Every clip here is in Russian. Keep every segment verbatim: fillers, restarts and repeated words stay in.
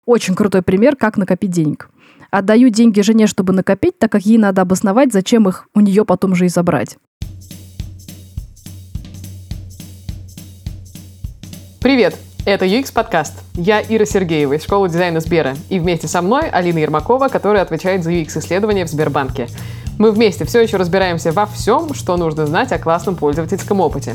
Очень крутой пример, как накопить денег. Отдаю деньги жене, чтобы накопить, так как ей надо обосновать, зачем их у нее потом же и забрать. Привет! Это ю экс-подкаст. Я Ира Сергеева из школы дизайна Сбера. И вместе со мной Алина Ермакова, которая отвечает за ю экс-исследования в Сбербанке. Мы вместе все еще разбираемся во всем, что нужно знать о классном пользовательском опыте.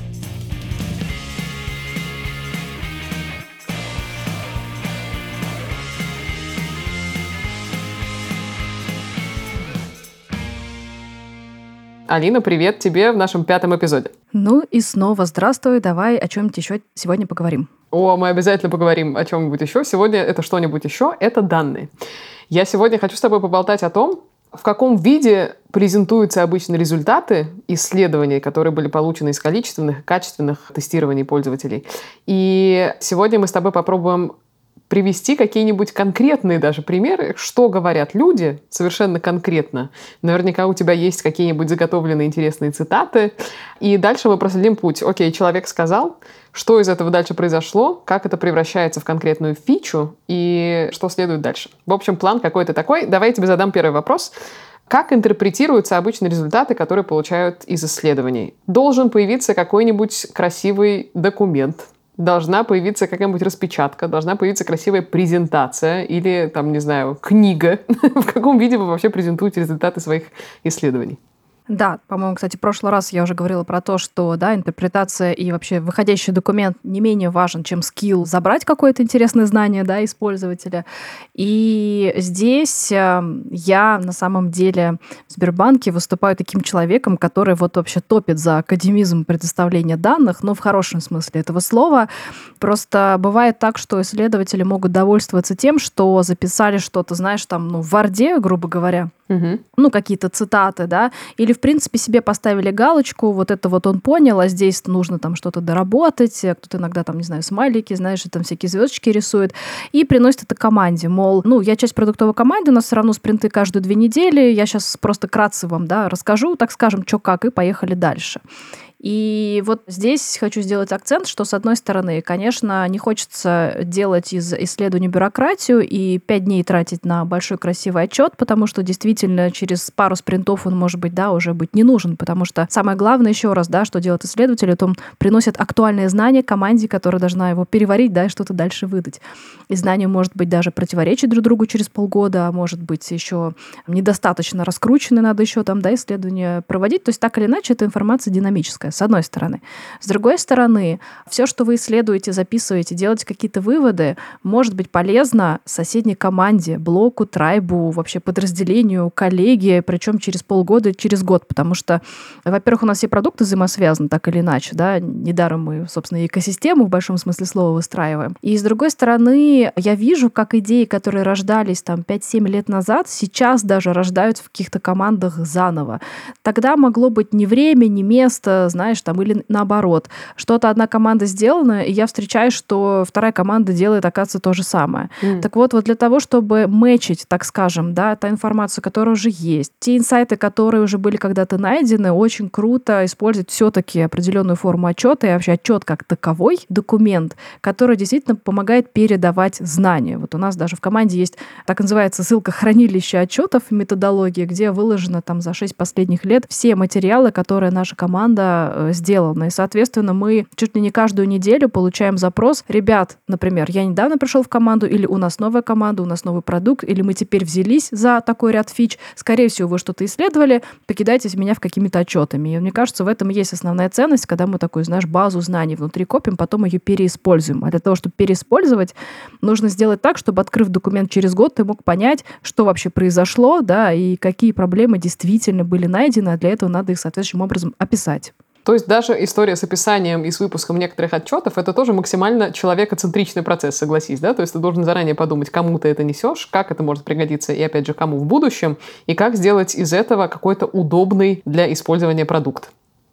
Алина, привет тебе в нашем пятом эпизоде. Ну и снова здравствуй, давай о чем-нибудь еще сегодня поговорим. О, мы обязательно поговорим о чем-нибудь еще. Сегодня это что-нибудь еще, это данные. Я сегодня хочу с тобой поболтать о том, в каком виде презентуются обычно результаты исследований, которые были получены из количественных и качественных тестирований пользователей. И сегодня мы с тобой попробуем привести какие-нибудь конкретные даже примеры, что говорят люди совершенно конкретно. Наверняка у тебя есть какие-нибудь заготовленные интересные цитаты. И дальше мы проследим путь. Окей, человек сказал, что из этого дальше произошло, как это превращается в конкретную фичу и что следует дальше. В общем, план какой-то такой. Давай я тебе задам первый вопрос. Как интерпретируются обычно результаты, которые получают из исследований? Должен появиться какой-нибудь красивый документ, должна появиться какая-нибудь распечатка, должна появиться красивая презентация или, там, не знаю, книга. В каком виде вы вообще презентуете результаты своих исследований? Да, по-моему, кстати, в прошлый раз я уже говорила про то, что да, интерпретация и вообще выходящий документ не менее важен, чем скилл забрать какое-то интересное знание, да, из пользователя. И здесь э, я на самом деле в Сбербанке выступаю таким человеком, который вот вообще топит за академизм предоставления данных, но в хорошем смысле этого слова. Просто бывает так, что исследователи могут довольствоваться тем, что записали что-то, знаешь, там, ну, в Варде, грубо говоря, Угу. ну, какие-то цитаты, да, или, в принципе, себе поставили галочку, вот это вот он понял, а здесь нужно там что-то доработать, кто-то иногда там, не знаю, смайлики, знаешь, там всякие звездочки рисует, и приносит это команде, мол, ну, я часть продуктовой команды, у нас все равно спринты каждые две недели, я сейчас просто кратко вам, да, расскажу, так скажем, что как, и поехали дальше. И вот здесь хочу сделать акцент, что, с одной стороны, конечно, не хочется делать из исследований бюрократию и пять дней тратить на большой красивый отчет, потому что действительно через пару спринтов он, может быть, да, уже быть не нужен, потому что самое главное, еще раз, да, что делает исследователь, это он приносит актуальные знания команде, которая должна его переварить, да, и что-то дальше выдать. И знания, может быть, даже противоречат друг другу через полгода, а может быть, еще недостаточно раскручены, надо еще там, да, исследования проводить. То есть так или иначе, эта информация динамическая, с одной стороны. С другой стороны, все, что вы исследуете, записываете, делаете какие-то выводы, может быть полезно соседней команде, блоку, трайбу, вообще подразделению, коллеге, причем через полгода, через год, потому что, во-первых, у нас все продукты взаимосвязаны так или иначе, да, недаром мы, собственно, экосистему в большом смысле слова выстраиваем. И с другой стороны, я вижу, как идеи, которые рождались там пять-семь лет назад, сейчас даже рождаются в каких-то командах заново. Тогда могло быть ни время, ни место, знаешь, там, или наоборот. Что-то одна команда сделана, и я встречаю, что вторая команда делает, оказывается, то же самое. Mm. Так вот, вот для того, чтобы мэчить, так скажем, да, та информацию, которая уже есть, те инсайты, которые уже были когда-то найдены, очень круто использовать все-таки определенную форму отчета и вообще отчет как таковой документ, который действительно помогает передавать знания. Вот у нас даже в команде есть, так называется, ссылка хранилища отчетов и методологии, где выложено там за шесть последних лет все материалы, которые наша команда сделано. И, соответственно, мы чуть ли не каждую неделю получаем запрос. Ребят, например, я недавно пришел в команду, или у нас новая команда, у нас новый продукт, или мы теперь взялись за такой ряд фич. Скорее всего, вы что-то исследовали, покидайтесь меня в какими-то отчетами. И мне кажется, в этом и есть основная ценность, когда мы такую, знаешь, базу знаний внутри копим, потом ее переиспользуем. А для того, чтобы переиспользовать, нужно сделать так, чтобы, открыв документ через год, ты мог понять, что вообще произошло, да, и какие проблемы действительно были найдены, а для этого надо их соответствующим образом описать. То есть даже история с описанием и с выпуском некоторых отчетов — это тоже максимально человекоцентричный процесс, согласись, да? То есть ты должен заранее подумать, кому ты это несешь, как это может пригодиться и, опять же, кому в будущем, и как сделать из этого какой-то удобный для использования продукт.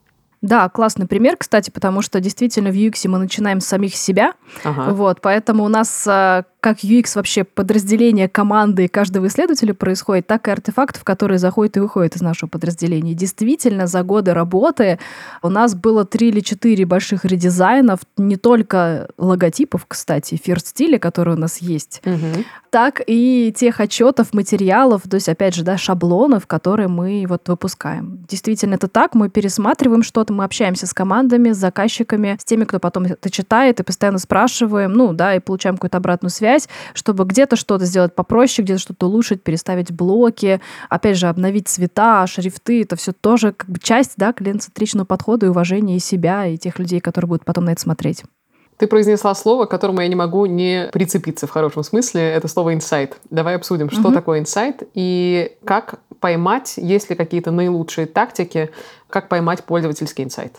Да, классный пример, кстати, потому что действительно в ю экс мы начинаем с самих себя, Ага. вот, поэтому у нас а, как ю экс вообще подразделение команды каждого исследователя происходит, так и артефактов, которые заходят и выходят из нашего подразделения. Действительно, за годы работы у нас было три или четыре больших редизайнов, не только логотипов, кстати, фирст-стиля, которые у нас есть, Мгм. так и тех отчетов, материалов, то есть, опять же, да, шаблонов, которые мы вот выпускаем. Действительно, это так, мы пересматриваем что-то, мы общаемся с командами, с заказчиками, с теми, кто потом это читает, и постоянно спрашиваем, ну, да, и получаем какую-то обратную связь, чтобы где-то что-то сделать попроще, где-то что-то улучшить, переставить блоки, опять же, обновить цвета, шрифты, это все тоже как бы часть, да, клиент-центричного подхода и уважения и себя, и тех людей, которые будут потом на это смотреть. Ты произнесла слово, к которому я не могу не прицепиться в хорошем смысле. Это слово «инсайт». Давай обсудим, что Мгм. такое инсайт и как поймать, есть ли какие-то наилучшие тактики, как поймать пользовательский инсайт.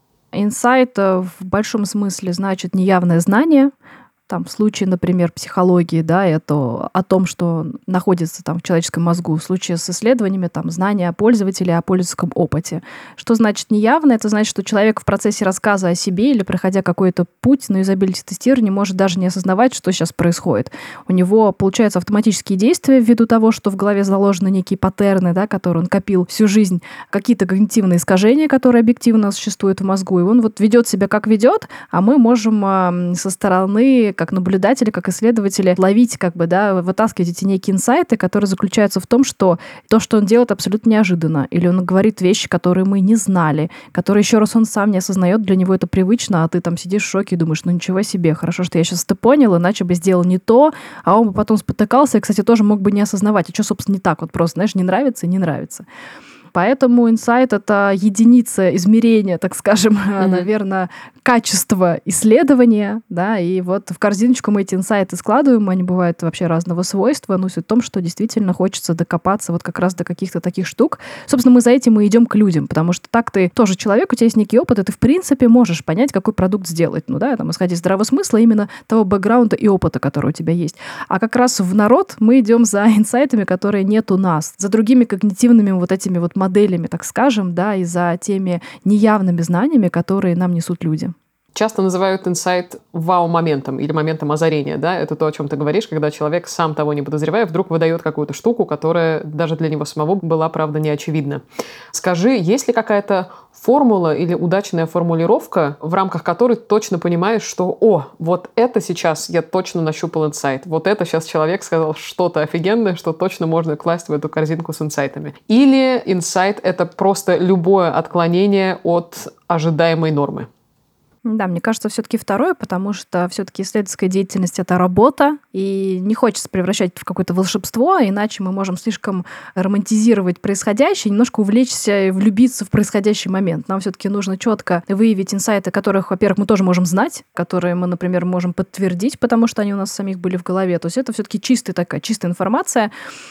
Инсайт э, в большом смысле значит неявное знание. Там в случае, например, психологии, да, это о том, что находится там в человеческом мозгу. В случае с исследованиями, там, знания о пользователе, о пользовательском опыте. Что значит неявно? Это значит, что человек в процессе рассказа о себе или проходя какой-то путь на юзабилити-тестирование может даже не осознавать, что сейчас происходит. У него получаются автоматические действия ввиду того, что в голове заложены некие паттерны, да, которые он копил всю жизнь, какие-то когнитивные искажения, которые объективно существуют в мозгу. И он вот ведет себя как ведет, а мы можем а, со стороны как наблюдатели, как исследователи, ловить, как бы, да, вытаскивать эти некие инсайты, которые заключаются в том, что то, что он делает, абсолютно неожиданно. Или он говорит вещи, которые мы не знали, которые, еще раз, он сам не осознает, для него это привычно, а ты там сидишь в шоке и думаешь, ну ничего себе, хорошо, что я сейчас это понял, иначе бы сделал не то, а он бы потом спотыкался и, кстати, тоже мог бы не осознавать, а что, собственно, не так, вот просто, знаешь, не нравится и не нравится. Поэтому инсайт — это единица измерения, так скажем, mm-hmm. наверное, качества исследования, да, и вот в корзиночку мы эти инсайты складываем, они бывают вообще разного свойства, но суть в том, что действительно хочется докопаться вот как раз до каких-то таких штук. Собственно, мы за этим и идем к людям, потому что так ты тоже человек, у тебя есть некий опыт, и ты, в принципе, можешь понять, какой продукт сделать, ну, да, там, исходя из здравого смысла, именно того бэкграунда и опыта, который у тебя есть. А как раз в народ мы идем за инсайтами, которые нет у нас, за другими когнитивными вот этими вот моделями, так скажем, да, и за теми неявными знаниями, которые нам несут люди. Часто называют инсайт вау-моментом или моментом озарения, да? Это то, о чем ты говоришь, когда человек, сам того не подозревая, вдруг выдает какую-то штуку, которая даже для него самого была, правда, не очевидна. Скажи, есть ли какая-то формула или удачная формулировка, в рамках которой ты точно понимаешь, что «О, вот это сейчас я точно нащупал инсайт, вот это сейчас человек сказал что-то офигенное, что точно можно класть в эту корзинку с инсайтами». Или инсайт — это просто любое отклонение от ожидаемой нормы? Да, мне кажется, все-таки второе, потому что все-таки исследовательская деятельность — это работа, и не хочется превращать это в какое-то волшебство, иначе мы можем слишком романтизировать происходящее, немножко увлечься и влюбиться в происходящий момент. Нам все-таки нужно четко выявить инсайты, которых, во-первых, мы тоже можем знать, которые мы, например, можем подтвердить, потому что они у нас самих были в голове. То есть это все-таки чистая такая, чистая информация.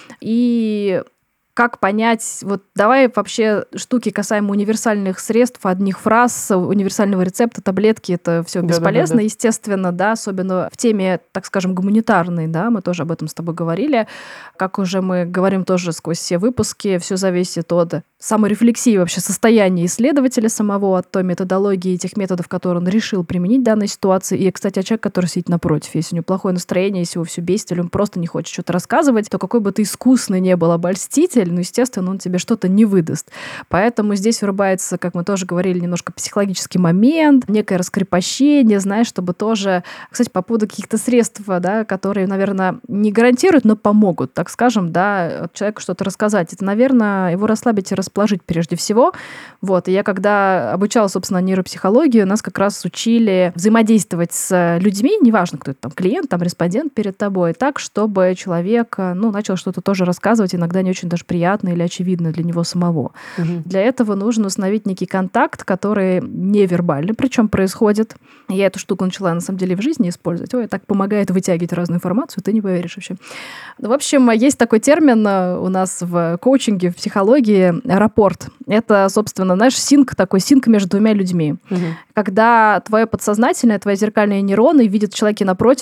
И как понять, вот давай вообще штуки касаемо универсальных средств, одних фраз, универсального рецепта, таблетки, это все бесполезно, Да-да-да. естественно, да, особенно в теме, так скажем, гуманитарной, да, мы тоже об этом с тобой говорили. Как уже мы говорим тоже сквозь все выпуски, все зависит от саморефлексии вообще состояния исследователя самого, от той методологии, тех методов, которые он решил применить в данной ситуации. И, кстати, человек, который сидит напротив, если у него плохое настроение, если его все бесит, или он просто не хочет что-то рассказывать, то какой бы ты искусный не был обольститель, ну, естественно, он тебе что-то не выдаст. Поэтому здесь врубается, как мы тоже говорили, немножко психологический момент, некое раскрепощение, знаешь, чтобы тоже, кстати, по поводу каких-то средств, да, которые, наверное, не гарантируют, но помогут, так скажем, да, человеку что-то рассказать. Это, наверное, его расслабить и расположить прежде всего. Вот. И я когда обучала, собственно, нейропсихологию, нас как раз учили взаимодействовать с людьми, неважно, кто это там, клиент, там, респондент перед тобой, так, чтобы человек, ну, начал что-то тоже рассказывать, иногда не очень даже приятно или очевидно для него самого. Угу. Для этого нужно установить некий контакт, который невербальный, причем происходит. Я эту штуку начала, на самом деле, в жизни использовать. Ой, так помогает вытягивать разную информацию, ты не поверишь вообще. В общем, есть такой термин у нас в коучинге, в психологии — рапорт. Это, собственно, знаешь, синк, такой синк между двумя людьми. Угу. Когда твое подсознательное, твои зеркальные нейроны видят в человеке напротив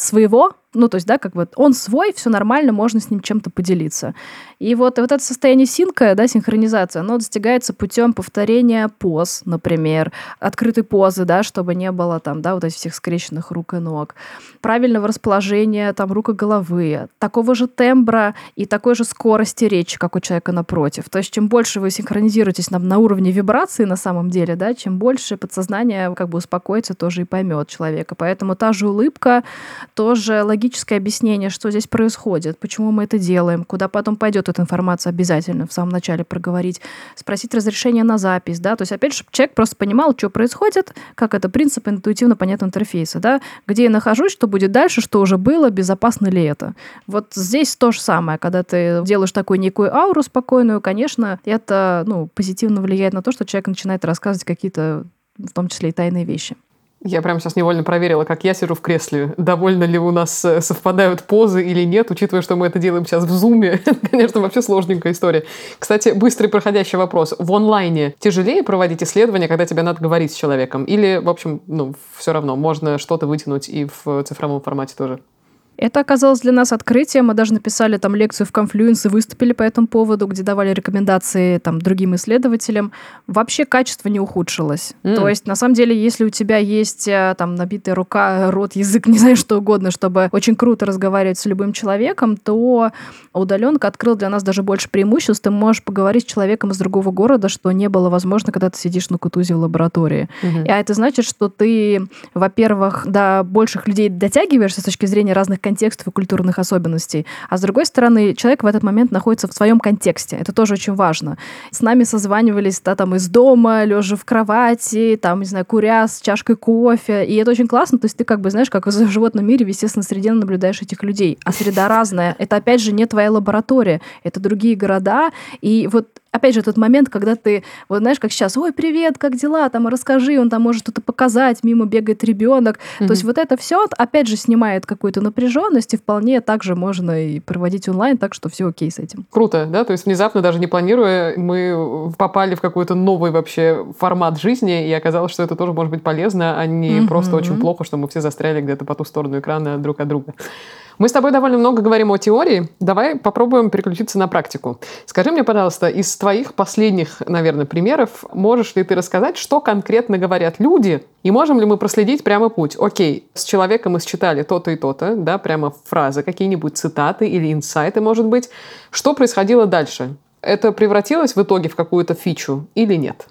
своего, ну, то есть, да, как бы он свой, все нормально, можно с ним чем-то поделиться. И вот, вот это состояние синка, да, синхронизация, оно достигается путем повторения поз, например, открытой позы, да, чтобы не было там, да, вот этих всех скрещенных рук и ног, правильного расположения там рук и головы, такого же тембра и такой же скорости речи, как у человека напротив. То есть чем больше вы синхронизируетесь на, на уровне вибрации на самом деле, да, чем больше подсознание как бы успокоится тоже и поймет человека. Поэтому та же улыбка, тоже логическое объяснение, что здесь происходит, почему мы это делаем, куда потом пойдет эта информация, обязательно в самом начале проговорить, спросить разрешение на запись, да, то есть опять же человек просто понимал, что происходит, как это принцип интуитивно понятного интерфейса, да, где я нахожусь, что будет дальше, что уже было, безопасно ли это. Вот здесь то же самое, когда ты делаешь такую некую ауру спокойную, конечно, это, ну, позитивно влияет на то, что человек начинает рассказывать какие-то, в том числе и тайные вещи. Я прямо сейчас невольно проверила, как я сижу в кресле. Довольно ли у нас совпадают позы или нет, учитывая, что мы это делаем сейчас в зуме. Конечно, вообще сложненькая история. Кстати, быстрый проходящий вопрос. В онлайне тяжелее проводить исследования, когда тебе надо говорить с человеком? Или, в общем, ну, все равно, можно что-то вытянуть и в цифровом формате тоже? Это оказалось для нас открытием. Мы даже написали там лекцию в Confluence и выступили по этому поводу, где давали рекомендации там другим исследователям. Вообще качество не ухудшилось. Mm. То есть, на самом деле, если у тебя есть там набитая рука, рот, язык, не знаю, что угодно, чтобы очень круто разговаривать с любым человеком, то удаленка открыла для нас даже больше преимуществ. Ты можешь поговорить с человеком из другого города, что не было возможно, когда ты сидишь на кутузе в лаборатории. Mm-hmm. А это значит, что ты, во-первых, до больших людей дотягиваешься с точки зрения разных контекстов и культурных особенностей. А с другой стороны, человек в этот момент находится в своем контексте. Это тоже очень важно. С нами созванивались, да, там из дома, лежа в кровати, там, не знаю, куря с чашкой кофе. И это очень классно. То есть ты как бы, знаешь, как в животном мире в естественной среде наблюдаешь этих людей. А среда разная. Это, опять же, не твоя лаборатория. Это другие города. И вот опять же, этот момент, когда ты, вот знаешь, как сейчас, ой, привет, как дела, там, расскажи, он там может что-то показать, мимо бегает ребенок. Mm-hmm. То есть вот это все, опять же, снимает какую-то напряженность, и вполне также можно и проводить онлайн, так что все окей с этим. Круто, да? То есть внезапно, даже не планируя, мы попали в какой-то новый вообще формат жизни, и оказалось, что это тоже может быть полезно, а не mm-hmm. просто очень плохо, что мы все застряли где-то по ту сторону экрана друг от друга. Мы с тобой довольно много говорим о теории. Давай попробуем переключиться на практику. Скажи мне, пожалуйста, из твоих последних, наверное, примеров, можешь ли ты рассказать, что конкретно говорят люди, и можем ли мы проследить прямо путь? Окей, с человеком мы считали то-то и то-то, да, прямо фразы, какие-нибудь цитаты или инсайты, может быть. Что происходило дальше? Это превратилось в итоге в какую-то фичу или нет?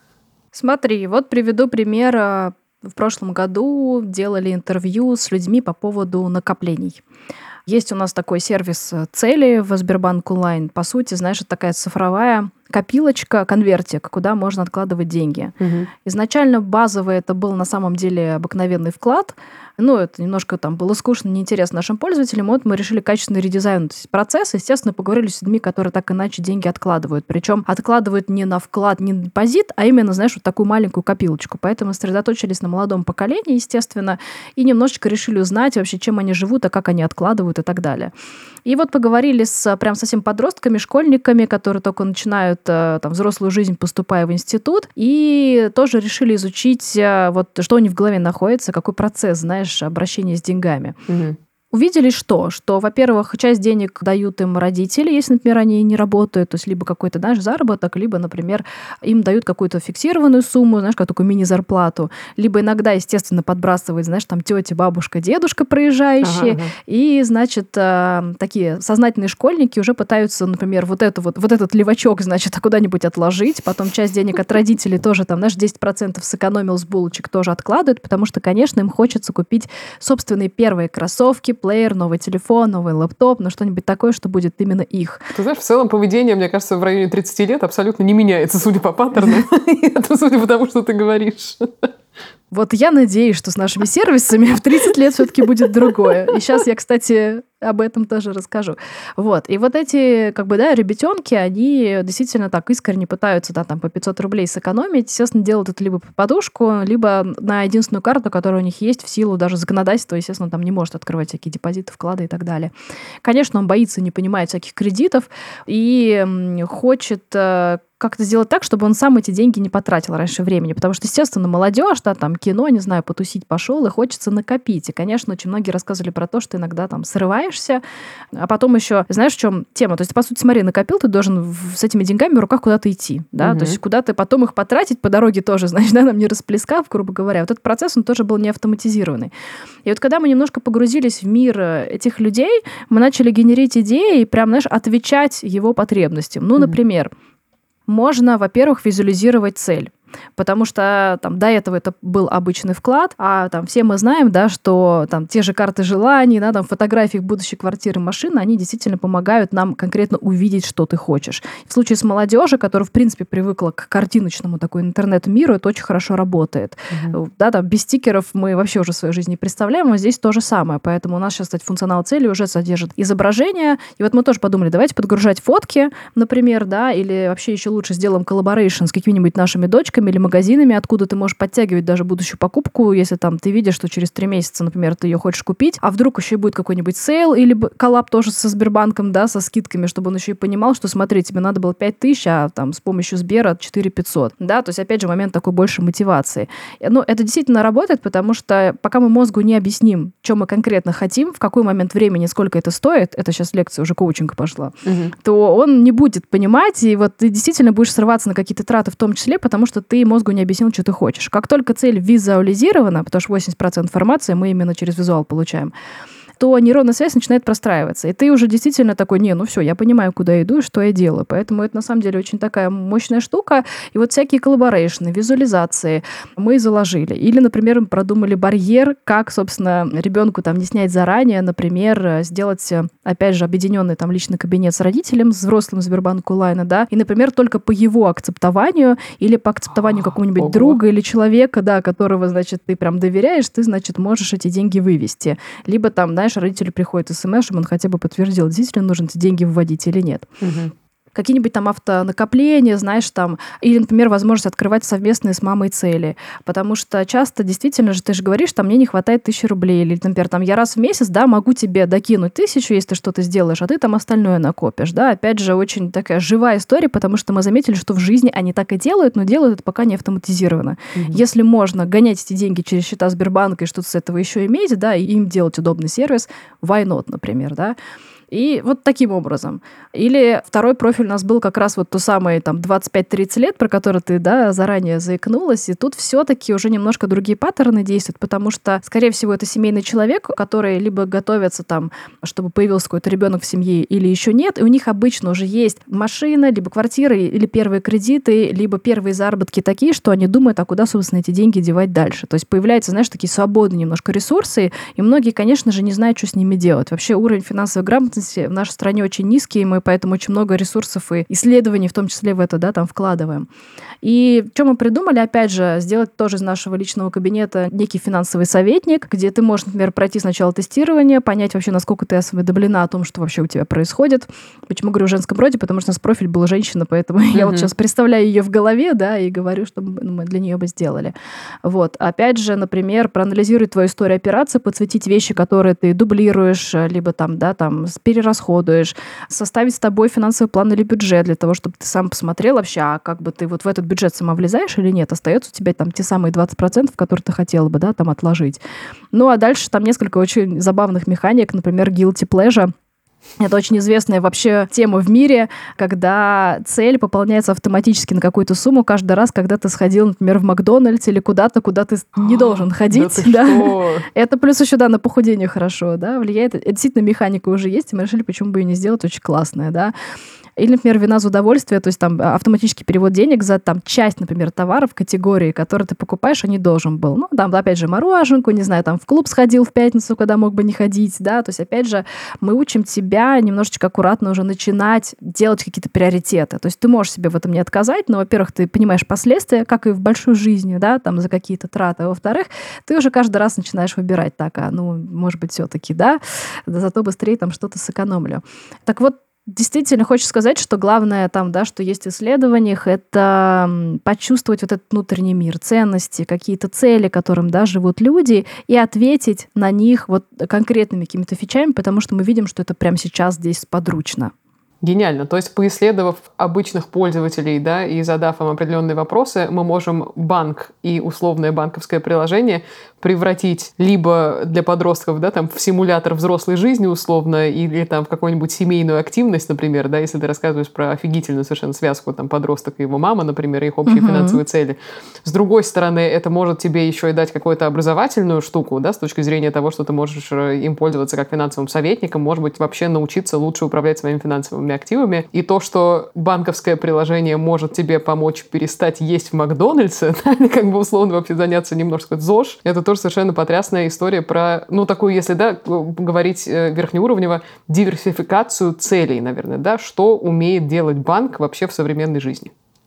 Смотри, вот приведу пример. В прошлом году делали интервью с людьми по поводу накоплений. Есть у нас такой сервис «Цели» в Сбербанк онлайн. По сути, знаешь, это такая цифровая копилочка, конвертик, куда можно откладывать деньги. Угу. Изначально базовый это был на самом деле обыкновенный вклад. Ну, это немножко там было скучно, неинтересно нашим пользователям. Вот мы решили качественно редизайнить процесс. Естественно, поговорили с людьми, которые так иначе деньги откладывают. Причем откладывают не на вклад, не на депозит, а именно, знаешь, вот такую маленькую копилочку. Поэтому сосредоточились на молодом поколении, естественно, и немножечко решили узнать вообще, чем они живут, а как они откладывают и так далее. И вот поговорили с прям совсем подростками, школьниками, которые только начинают там, взрослую жизнь, поступая в институт, и тоже решили изучить, вот, что у них в голове находится, какой процесс, знаешь, обращения с деньгами. Угу. Увидели что? Что, во-первых, часть денег дают им родители, если, например, они не работают, то есть либо какой-то, знаешь, заработок, либо, например, им дают какую-то фиксированную сумму, знаешь, как такую мини-зарплату, либо иногда, естественно, подбрасывает, знаешь, там тетя, бабушка, дедушка проезжающие, ага, ага. И, значит, такие сознательные школьники уже пытаются, например, вот, это вот, вот этот левачок, значит, куда-нибудь отложить, потом часть денег от родителей тоже, там, знаешь, десять процентов сэкономил с булочек, тоже откладывают, потому что, конечно, им хочется купить собственные первые кроссовки, плеер, новый телефон, новый лэптоп, но что-нибудь такое, что будет именно их. Ты знаешь, в целом поведение, мне кажется, в районе тридцати лет абсолютно не меняется, судя по паттернам. Это судя по тому, что ты говоришь. Вот я надеюсь, что с нашими сервисами в тридцать лет все-таки будет другое. И сейчас я, кстати, об этом тоже расскажу. Вот. И вот эти, как бы, да, ребятенки, они действительно так искренне пытаются, да, там, по пятьсот рублей сэкономить. Естественно, делают это либо по подушку, либо на единственную карту, которая у них есть в силу даже законодательства. Естественно, он там не может открывать всякие депозиты, вклады и так далее. Конечно, он боится, не понимает всяких кредитов и хочет как-то сделать так, чтобы он сам эти деньги не потратил раньше времени. Потому что, естественно, молодежь, да, там кино, не знаю, потусить пошел, и хочется накопить. И, конечно, очень многие рассказывали про то, что иногда там срываешься, а потом еще, знаешь, в чем тема? То есть, по сути, смотри, накопил, ты должен в, с этими деньгами в руках куда-то идти, да, угу. То есть куда-то потом их потратить по дороге тоже, значит, да, нам не расплескав, грубо говоря. Вот этот процесс, он тоже был не автоматизированный. И вот когда мы немножко погрузились в мир этих людей, мы начали генерить идеи и прям, знаешь, отвечать его потребностям. Ну, угу. например, можно, во-первых, визуализировать цель. Потому что там, до этого это был обычный вклад, а там, все мы знаем, да, что там, те же карты желаний, да, там, фотографии будущей квартиры, машины, они действительно помогают нам конкретно увидеть, что ты хочешь. В случае с молодежью, которая, в принципе, привыкла к картиночному такой интернет-миру, это очень хорошо работает. Угу. Да, там, без стикеров мы вообще уже в своей жизни не представляем, а здесь то же самое. Поэтому у нас сейчас, кстати, функционал цели уже содержит изображение. И вот мы тоже подумали, давайте подгружать фотки, например, да, или вообще еще лучше сделаем коллаборейшн с какими-нибудь нашими дочками или магазинами, откуда ты можешь подтягивать даже будущую покупку, если там ты видишь, что через три месяца, например, ты ее хочешь купить, а вдруг еще и будет какой-нибудь сейл или коллаб тоже со Сбербанком, да, со скидками, чтобы он еще и понимал, что, смотри, тебе надо было пять тысяч, а там с помощью Сбера четыре пятьсот, да, то есть, опять же, момент такой больше мотивации. Ну, это действительно работает, потому что пока мы мозгу не объясним, что мы конкретно хотим, в какой момент времени, сколько это стоит, это сейчас лекция уже коучинга пошла, угу. то он не будет понимать, и вот ты действительно будешь срываться на какие-то траты в том числе, потому что ты мозгу не объяснил, что ты хочешь. Как только цель визуализирована, потому что восемьдесят процентов информации мы именно через визуал получаем, то нейронная связь начинает простраиваться. И ты уже действительно такой, не, ну все, я понимаю, куда иду и что я делаю. Поэтому это на самом деле очень такая мощная штука. И вот всякие коллаборейшны, визуализации мы заложили. Или, например, мы продумали барьер, как, собственно, ребенку там не снять заранее, например, сделать, опять же, объединенный там личный кабинет с родителем, с взрослым Сбербанк онлайна, да, и, например, только по его акцептованию или по акцептованию какого-нибудь Ого. друга или человека, да, которого, значит, ты прям доверяешь, ты, значит, можешь эти деньги вывести. Либо там, знаешь, родителю приходит смс, чтобы он хотя бы подтвердил, действительно нужно эти деньги вводить или нет. Угу. Какие-нибудь там автонакопления, знаешь, там, или, например, возможность открывать совместные с мамой цели. Потому что часто, действительно же, ты же говоришь, там, мне не хватает тысячи рублей. Или, например, там, я раз в месяц, да, могу тебе докинуть тысячу, если ты что-то сделаешь, а ты там остальное накопишь, да. Опять же, очень такая живая история, потому что мы заметили, что в жизни они так и делают, но делают это пока не автоматизировано. Угу. Если можно гонять эти деньги через счета Сбербанка и что-то с этого еще иметь, да, и им делать удобный сервис, why not, например, да. И вот таким образом. Или второй профиль у нас был как раз вот то самое там двадцать пять тридцать лет, про который ты, да, заранее заикнулась. И тут все-таки уже немножко другие паттерны действуют, потому что, скорее всего, это семейный человек, который либо готовится там, чтобы появился какой-то ребенок в семье, или еще нет. И у них обычно уже есть машина, либо квартира, или первые кредиты, либо первые заработки такие, что они думают, а куда, собственно, эти деньги девать дальше. То есть появляются, знаешь, такие свободные немножко ресурсы, и многие, конечно же, не знают, что с ними делать. Вообще уровень финансовой грамотности в нашей стране очень низкий, и мы поэтому очень много ресурсов и исследований, в том числе в это, да, там вкладываем. И что мы придумали, опять же, сделать тоже из нашего личного кабинета некий финансовый советник, где ты можешь, например, пройти сначала тестирование, понять вообще, насколько ты осведомлена о том, что вообще у тебя происходит. Почему говорю в женском роде? Потому что у нас профиль был женщина, поэтому mm-hmm. я вот сейчас представляю ее в голове, да, и говорю, что мы для нее бы сделали. Вот. Опять же, например, проанализировать твою историю операции, подсветить вещи, которые ты дублируешь, либо там, да, там, перерасходуешь, составить с тобой финансовый план или бюджет для того, чтобы ты сам посмотрел вообще, а как бы ты вот в этот бюджет сама влезаешь или нет, остается у тебя там те самые двадцать процентов, которые ты хотела бы, да, там отложить. Ну, а дальше там несколько очень забавных механик, например, guilty pleasure. Это очень известная вообще тема в мире, когда цель пополняется автоматически на какую-то сумму каждый раз, когда ты сходил, например, в Макдональдс или куда-то, куда ты не должен ходить. Да, да. Это плюс еще, да, на похудение хорошо, да, влияет. Это действительно механика уже есть, и мы решили, почему бы ее не сделать, очень классная, да. Или, например, вина за удовольствие, то есть там автоматический перевод денег за там часть, например, товаров категории, которые ты покупаешь, а не должен был. Ну, там, опять же, мороженку, не знаю, там в клуб сходил в пятницу, когда мог бы не ходить, да, то есть, опять же, мы учим тебя немножечко аккуратно уже начинать делать какие-то приоритеты. То есть ты можешь себе в этом не отказать, но, во-первых, ты понимаешь последствия, как и в большой жизни, да, там, за какие-то траты, а во-вторых, ты уже каждый раз начинаешь выбирать так, а, ну, может быть, все-таки, да, зато быстрее там что-то сэкономлю. Так вот, действительно, хочется сказать, что главное там, да, что есть в исследованиях, это почувствовать вот этот внутренний мир, ценности, какие-то цели, которым, да, живут люди, и ответить на них вот конкретными какими-то фичами, потому что мы видим, что это прямо сейчас здесь подручно. Гениально. То есть, поисследовав обычных пользователей, да, и задав им определенные вопросы, мы можем банк и условное банковское приложение превратить либо для подростков, да, там, в симулятор взрослой жизни условно, или там в какую-нибудь семейную активность, например, да, если ты рассказываешь про офигительную совершенно связку, там, подросток и его мама, например, их общие uh-huh. финансовые цели. С другой стороны, это может тебе еще и дать какую-то образовательную штуку, да, с точки зрения того, что ты можешь им пользоваться как финансовым советником, может быть, вообще научиться лучше управлять своими финансовыми активами. И то, что банковское приложение может тебе помочь перестать есть в Макдональдсе, да, или как бы условно вообще заняться немножко ЗОЖ, это тоже совершенно потрясная история про, ну, такую, если, да, говорить верхнеуровнево, диверсификацию целей, наверное, да, что умеет делать банк вообще в современной жизни.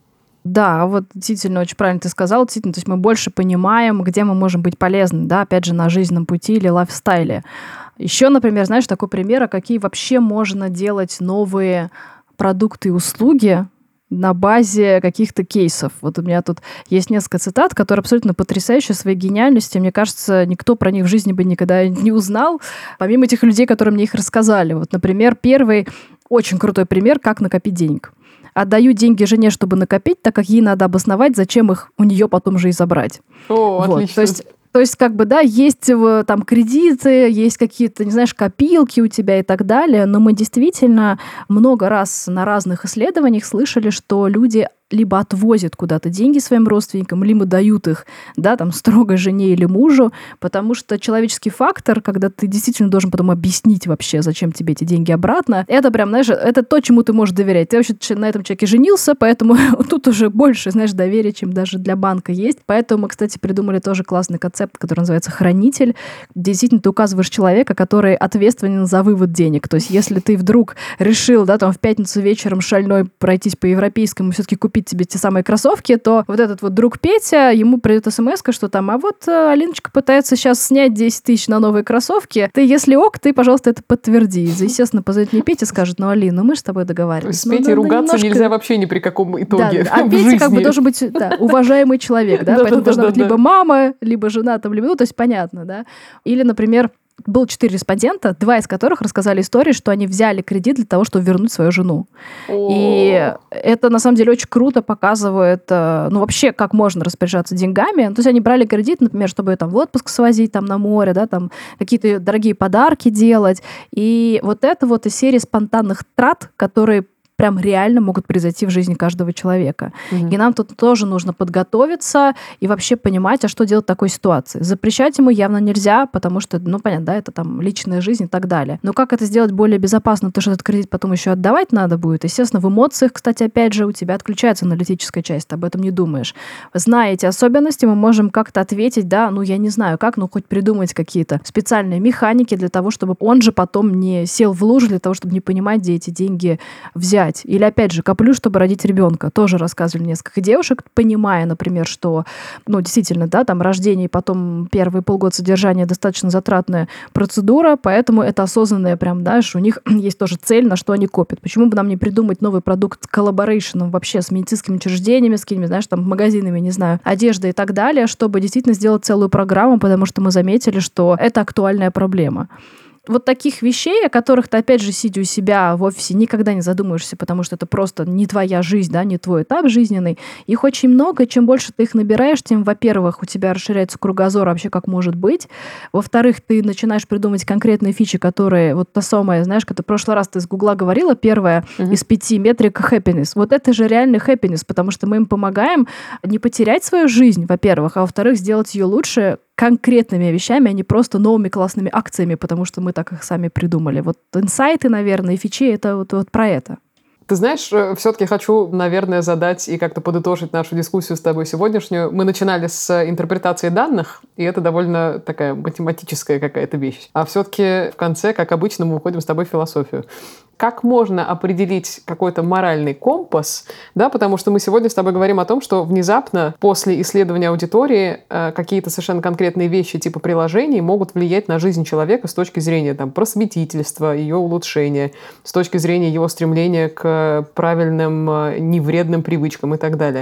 Да, вот действительно, очень правильно ты сказал, действительно, то есть мы больше понимаем, где мы можем быть полезны, да, опять же, на жизненном пути или лайфстайле. Еще, например, знаешь, такой пример, а какие вообще можно делать новые продукты и услуги на базе каких-то кейсов. Вот у меня тут есть несколько цитат, которые абсолютно потрясающие своей гениальностью. Мне кажется, никто про них в жизни бы никогда не узнал, помимо этих людей, которые мне их рассказали. Вот, например, первый очень крутой пример, как накопить денег. Отдаю деньги жене, чтобы накопить, так как ей надо обосновать, зачем их у нее потом же и забрать. О, вот. Отлично. То есть То есть, как бы, да, есть там кредиты, есть какие-то, не знаешь, копилки у тебя и так далее, но мы действительно много раз на разных исследованиях слышали, что люди либо отвозят куда-то деньги своим родственникам, либо дают их, да, там, строгой жене или мужу, потому что человеческий фактор, когда ты действительно должен потом объяснить вообще, зачем тебе эти деньги обратно, это прям, знаешь, это то, чему ты можешь доверять. Ты вообще на этом человеке женился, поэтому тут уже больше, знаешь, доверия, чем даже для банка есть. Поэтому мы, кстати, придумали тоже классный концепт, который называется «хранитель». Действительно, ты указываешь человека, который ответственен за вывод денег. То есть, если ты вдруг решил, да, там, в пятницу вечером шальной пройтись по европейскому, все-таки купить тебе те самые кроссовки, то вот этот вот друг Петя, ему придет смс-ка, что там, а вот Алиночка пытается сейчас снять десять тысяч на новые кроссовки. Ты, если ок, ты, пожалуйста, это подтверди. Естественно, позовет мне Петя, скажет, ну, Алин, ну мы же с тобой договаривались. С Петей ну, ругаться немножко... нельзя вообще ни при каком итоге. Да, а Петя как бы должен быть да, уважаемый человек, да, поэтому должна быть либо мама, либо жена, там, либо, ну, то есть понятно, да. Или, например, было четыре респондента, два из которых рассказали истории, что они взяли кредит для того, чтобы вернуть свою жену. О. И это, на самом деле, очень круто показывает, ну, вообще, как можно распоряжаться деньгами. То есть они брали кредит, например, чтобы там в отпуск свозить, там, на море, да, там, какие-то дорогие подарки делать. И вот это вот из серии спонтанных трат, которые прям реально могут произойти в жизни каждого человека. Mm-hmm. И нам тут тоже нужно подготовиться и вообще понимать, а что делать в такой ситуации. Запрещать ему явно нельзя, потому что, ну, понятно, да, это там личная жизнь и так далее. Но как это сделать более безопасно, потому что этот кредит потом еще отдавать надо будет. Естественно, в эмоциях, кстати, опять же, у тебя отключается аналитическая часть, ты об этом не думаешь. Зная эти особенности, мы можем как-то ответить, да, ну, я не знаю как, но хоть придумать какие-то специальные механики для того, чтобы он же потом не сел в лужу, для того, чтобы не понимать, где эти деньги взять. Или, опять же, коплю, чтобы родить ребенка. Тоже рассказывали несколько девушек, понимая, например, что, ну, действительно, да, там рождение и потом первые полгода содержания достаточно затратная процедура, поэтому это осознанное прям, да, что у них есть тоже цель, на что они копят. Почему бы нам не придумать новый продукт с коллаборейшеном вообще с медицинскими учреждениями, с какими-нибудь, знаешь, там, магазинами, не знаю, одеждой и так далее, чтобы действительно сделать целую программу, потому что мы заметили, что это актуальная проблема. Вот таких вещей, о которых ты, опять же, сидя у себя в офисе, никогда не задумаешься, потому что это просто не твоя жизнь, да, не твой этап жизненный. Их очень много, и чем больше ты их набираешь, тем, во-первых, у тебя расширяется кругозор вообще, как может быть. Во-вторых, ты начинаешь придумывать конкретные фичи, которые, вот та самая, знаешь, когда в прошлый раз ты из Гугла говорила, первая mm-hmm. из пяти метрик happiness. Вот это же реальный happiness, потому что мы им помогаем не потерять свою жизнь, во-первых, а во-вторых, сделать ее лучше конкретными вещами, а не просто новыми классными акциями, потому что мы так их сами придумали. Вот инсайты, наверное, и фичи — это вот, вот про это. Ты знаешь, все-таки хочу, наверное, задать и как-то подытожить нашу дискуссию с тобой сегодняшнюю. Мы начинали с интерпретации данных, и это довольно такая математическая какая-то вещь. А все-таки в конце, как обычно, мы уходим с тобой в философию. Как можно определить какой-то моральный компас, да, потому что мы сегодня с тобой говорим о том, что внезапно после исследования аудитории э, какие-то совершенно конкретные вещи типа приложений могут влиять на жизнь человека с точки зрения там, просветительства, ее улучшения, с точки зрения его стремления к правильным, э, невредным привычкам и так далее.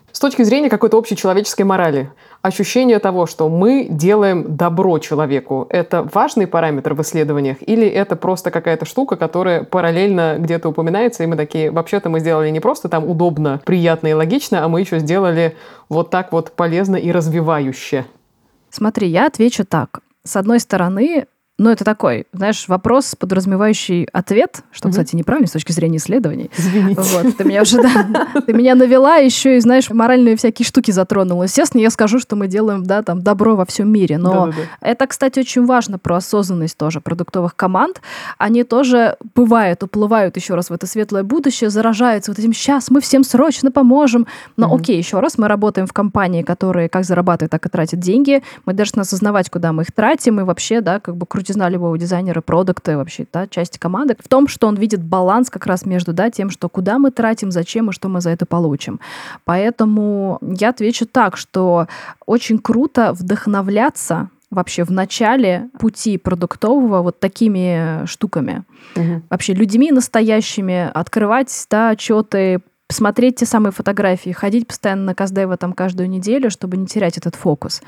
С точки зрения какой-то общечеловеческой морали, ощущение того, что мы делаем добро человеку, это важный параметр в исследованиях или это просто какая-то штука, которая параллельно где-то упоминается, и мы такие, вообще-то мы сделали не просто там удобно, приятно и логично, а мы еще сделали вот так вот полезно и развивающе? Смотри, я отвечу так. С одной стороны, ну, это такой, знаешь, вопрос, подразумевающий ответ, что, кстати, неправильно с точки зрения исследований. Извините. Вот, ты меня уже, да, ты меня навела, еще и, знаешь, моральные всякие штуки затронула. Естественно, я скажу, что мы делаем, да, там, добро во всем мире, но Да-да-да. это, кстати, очень важно про осознанность тоже продуктовых команд. Они тоже бывают, уплывают еще раз в это светлое будущее, заражаются вот этим «сейчас мы всем срочно поможем». Но Мгм. окей, еще раз, мы работаем в компании, которые как зарабатывают, так и тратят деньги. Мы должны осознавать, куда мы их тратим, и вообще, да, как бы крутизна любого дизайнера, продукта, вообще, да, части команды, в том, что он видит баланс как раз между, да, тем, что куда мы тратим, зачем и что мы за это получим. Поэтому я отвечу так, что очень круто вдохновляться вообще в начале пути продуктового вот такими штуками. Мгм. Вообще людьми настоящими, открывать, да, отчеты, смотреть те самые фотографии, ходить постоянно на Каздева там каждую неделю, чтобы не терять этот фокус.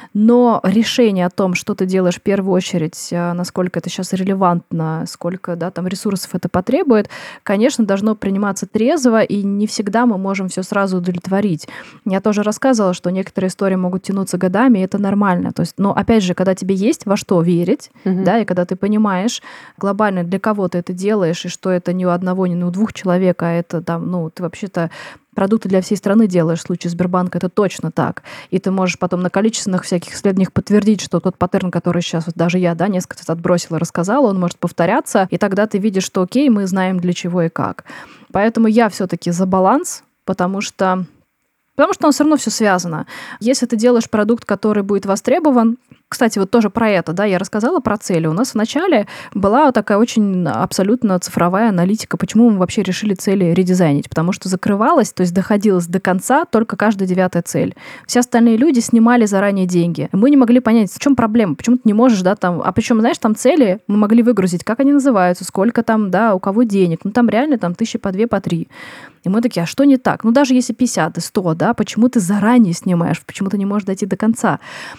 Но решение о том, что ты делаешь в первую очередь, а, насколько это сейчас релевантно, сколько, да, там ресурсов это потребует, конечно, должно приниматься трезво, и не всегда мы можем все сразу удовлетворить. Я тоже рассказывала, что некоторые истории могут тянуться годами, и это нормально. То есть, но опять же, когда тебе есть во что верить, Мгм. да, и когда ты понимаешь глобально, для кого ты это делаешь, и что это не у одного, не у двух человек, а это там, ну, ты вообще-то продукты для всей страны делаешь, в случае Сбербанка это точно так. И ты можешь потом на количественных всяких исследованиях подтвердить, что тот паттерн, который сейчас вот даже я, да, несколько раз отбросила, рассказала, он может повторяться, и тогда ты видишь, что окей, мы знаем для чего и как. Поэтому я все-таки за баланс, потому что Потому что он все равно все связано. Если ты делаешь продукт, который будет востребован, кстати, вот тоже про это, да, я рассказала про цели. У нас вначале была такая очень абсолютно цифровая аналитика, почему мы вообще решили цели редизайнить, потому что закрывалась, то есть доходилось до конца только каждая девятая цель. Все остальные люди снимали заранее деньги. Мы не могли понять, в чем проблема, почему ты не можешь, да, там, а причем, знаешь, там цели мы могли выгрузить, как они называются, сколько там, да, у кого денег, ну там реально там тысячи по две, по три. И мы такие, а что не так? Ну даже если пятьдесят и сто, да, почему ты заранее снимаешь, почему ты не можешь дойти до конца?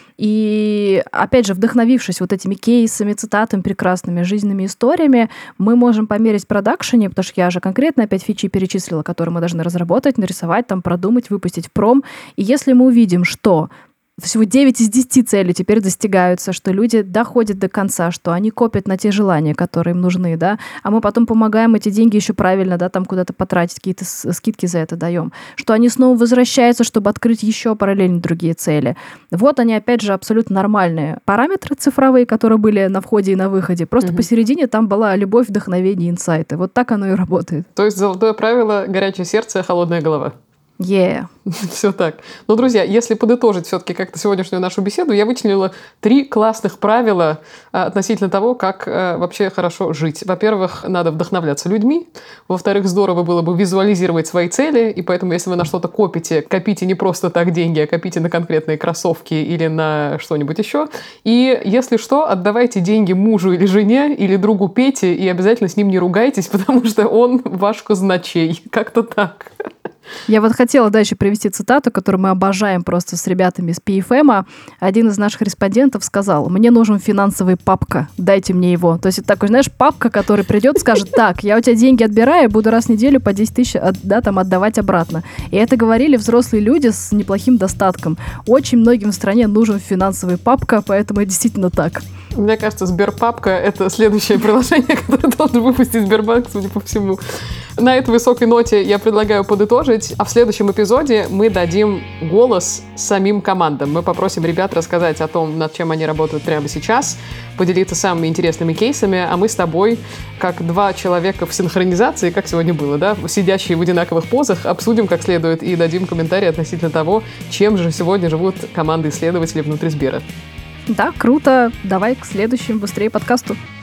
И, опять же, вдохновившись вот этими кейсами, цитатами прекрасными, жизненными историями, мы можем померить в продакшене, потому что я же конкретно опять фичи перечислила, которые мы должны разработать, нарисовать, там, продумать, выпустить в пром. И если мы увидим, что всего девять из десяти целей теперь достигаются, что люди доходят до конца, что они копят на те желания, которые им нужны, да, а мы потом помогаем эти деньги еще правильно, да, там куда-то потратить, какие-то скидки за это даем, что они снова возвращаются, чтобы открыть еще параллельно другие цели. Вот они, опять же, абсолютно нормальные параметры цифровые, которые были на входе и на выходе. Просто угу. посередине там была любовь, вдохновение, инсайты. Вот так оно и работает. То есть золотое правило — горячее сердце, холодная голова. Yeah. Все так. Но, друзья, если подытожить все-таки как-то сегодняшнюю нашу беседу, я вычленила три классных правила а, относительно того, как а, вообще хорошо жить. Во-первых, надо вдохновляться людьми. Во-вторых, здорово было бы визуализировать свои цели. И поэтому, если вы на что-то копите, копите не просто так деньги, а копите на конкретные кроссовки или на что-нибудь еще. И, если что, отдавайте деньги мужу или жене, или другу Пете, и обязательно с ним не ругайтесь, потому что он ваш казначей. Как-то так. Я вот хотела дальше привести цитату, которую мы обожаем просто с ребятами из пи эф эм. Один из наших респондентов сказал: «Мне нужен финансовый папка, дайте мне его». То есть это такой, знаешь, папка, который придет и скажет: так, я у тебя деньги отбираю, буду раз в неделю по десять тысяч да, там, отдавать обратно. И это говорили взрослые люди с неплохим достатком. Очень многим в стране нужен финансовый папка, поэтому это действительно так. Мне кажется, Сберпапка — это следующее приложение, которое должен выпустить Сбербанк, судя по всему. На этой высокой ноте я предлагаю подытожить, а в следующем эпизоде мы дадим голос самим командам. Мы попросим ребят рассказать о том, над чем они работают прямо сейчас, поделиться самыми интересными кейсами, а мы с тобой, как два человека в синхронизации, как сегодня было, да, сидящие в одинаковых позах, обсудим как следует и дадим комментарии относительно того, чем же сегодня живут команды исследователей внутри Сбера. Да, круто. Давай к следующему быстрее подкасту.